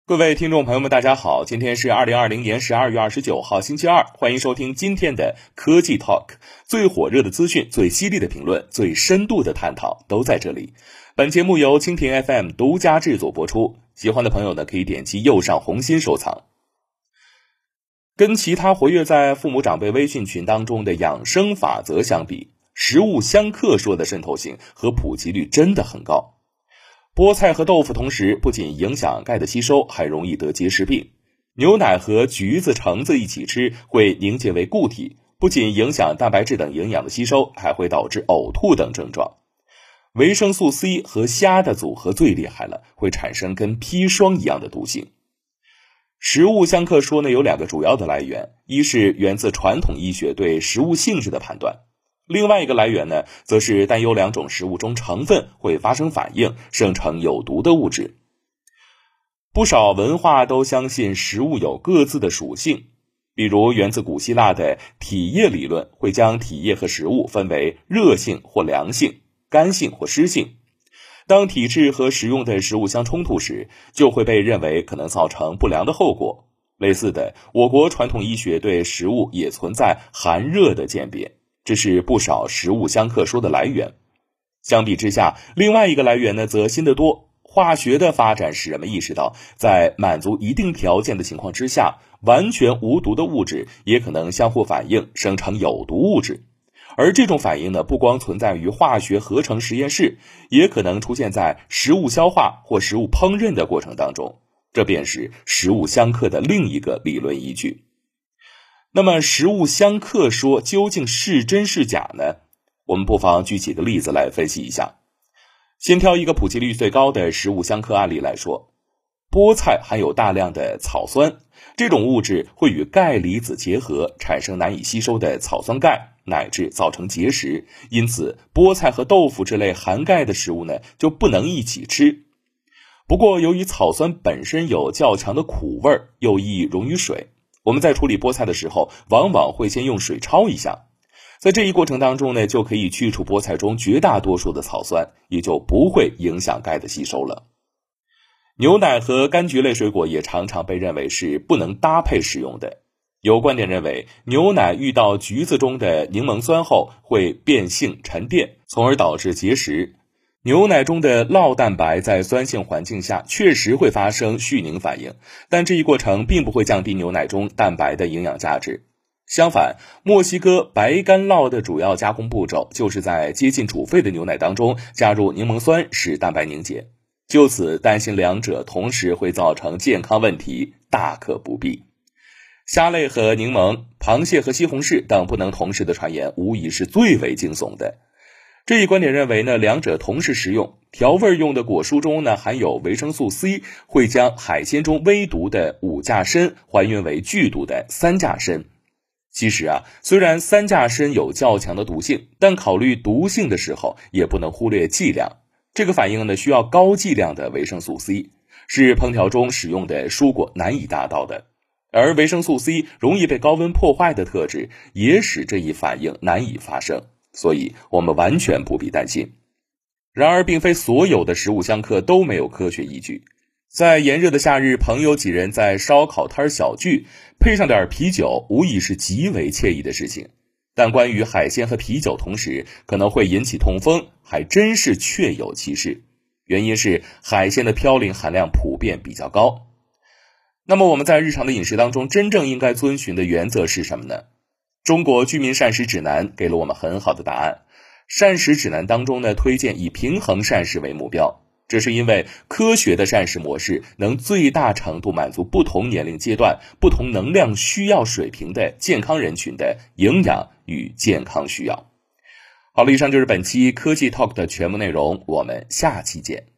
各位听众朋友们，大家好，今天是2020年12月29号星期二，欢迎收听今天的科技 Talk， 最火热的资讯，最犀利的评论，最深度的探讨都在这里。本节目由蜻蜓 FM 独家制作播出，喜欢的朋友呢可以点击右上红心收藏。跟其他活跃在父母长辈微信群当中的养生法则相比，食物相克说的渗透性和普及率真的很高。菠菜和豆腐同时不仅影响钙的吸收，还容易得结石病。牛奶和橘子、橙子一起吃会凝结为固体，不仅影响蛋白质等营养的吸收，还会导致呕吐等症状。维生素 C 和虾的组合最厉害了，会产生跟砒霜一样的毒性。食物相克说呢有两个主要的来源，一是源自传统医学对食物性质的判断，另外一个来源呢，则是担忧两种食物中成分会发生反应，生成有毒的物质。不少文化都相信食物有各自的属性，比如源自古希腊的体液理论会将体液和食物分为热性或凉性、干性或湿性。当体质和食用的食物相冲突时，就会被认为可能造成不良的后果。类似的，我国传统医学对食物也存在寒热的鉴别，这是不少食物相克说的来源。相比之下，另外一个来源呢则新得多。化学的发展使人们意识到，在满足一定条件的情况之下，完全无毒的物质也可能相互反应，生成有毒物质。而这种反应呢，不光存在于化学合成实验室，也可能出现在食物消化或食物烹饪的过程当中，这便是食物相克的另一个理论依据。那么食物相克说究竟是真是假呢？我们不妨举几个例子来分析一下。先挑一个普及率最高的食物相克案例来说，菠菜含有大量的草酸，这种物质会与钙离子结合，产生难以吸收的草酸钙，乃至造成结石，因此菠菜和豆腐这类含钙的食物呢，就不能一起吃。不过由于草酸本身有较强的苦味，又易溶于水，我们在处理菠菜的时候，往往会先用水焯一下，在这一过程当中呢，就可以去除菠菜中绝大多数的草酸，也就不会影响钙的吸收了。牛奶和柑橘类水果也常常被认为是不能搭配食用的。有观点认为，牛奶遇到橘子中的柠檬酸后会变性沉淀，从而导致结石。牛奶中的酪蛋白在酸性环境下确实会发生续凝反应，但这一过程并不会降低牛奶中蛋白的营养价值。相反，墨西哥白干酪的主要加工步骤就是在接近煮沸的牛奶当中加入柠檬酸，使蛋白凝结。就此担心两者同时会造成健康问题，大可不必。虾类和柠檬、螃蟹和西红柿等不能同时的传言，无疑是最为惊悚的。这一观点认为呢，两者同时食用，调味用的果蔬中呢含有维生素 C， 会将海鲜中微毒的5价砷还原为剧毒的3价砷。其实虽然3价砷有较强的毒性，但考虑毒性的时候也不能忽略剂量。这个反应呢需要高剂量的维生素 C， 是烹调中使用的蔬果难以达到的。而维生素 C 容易被高温破坏的特质，也使这一反应难以发生，所以我们完全不必担心。然而，并非所有的食物相克都没有科学依据。在炎热的夏日，朋友几人在烧烤摊小聚，配上点啤酒，无疑是极为惬意的事情。但关于海鲜和啤酒同时可能会引起痛风，还真是确有其事。原因是海鲜的嘌呤含量普遍比较高。那么我们在日常的饮食当中，真正应该遵循的原则是什么呢？中国居民膳食指南给了我们很好的答案。膳食指南当中呢，推荐以平衡膳食为目标。这是因为科学的膳食模式能最大程度满足不同年龄阶段、不同能量需要水平的健康人群的营养与健康需要。好了，以上就是本期科技 Talk 的全部内容，我们下期见。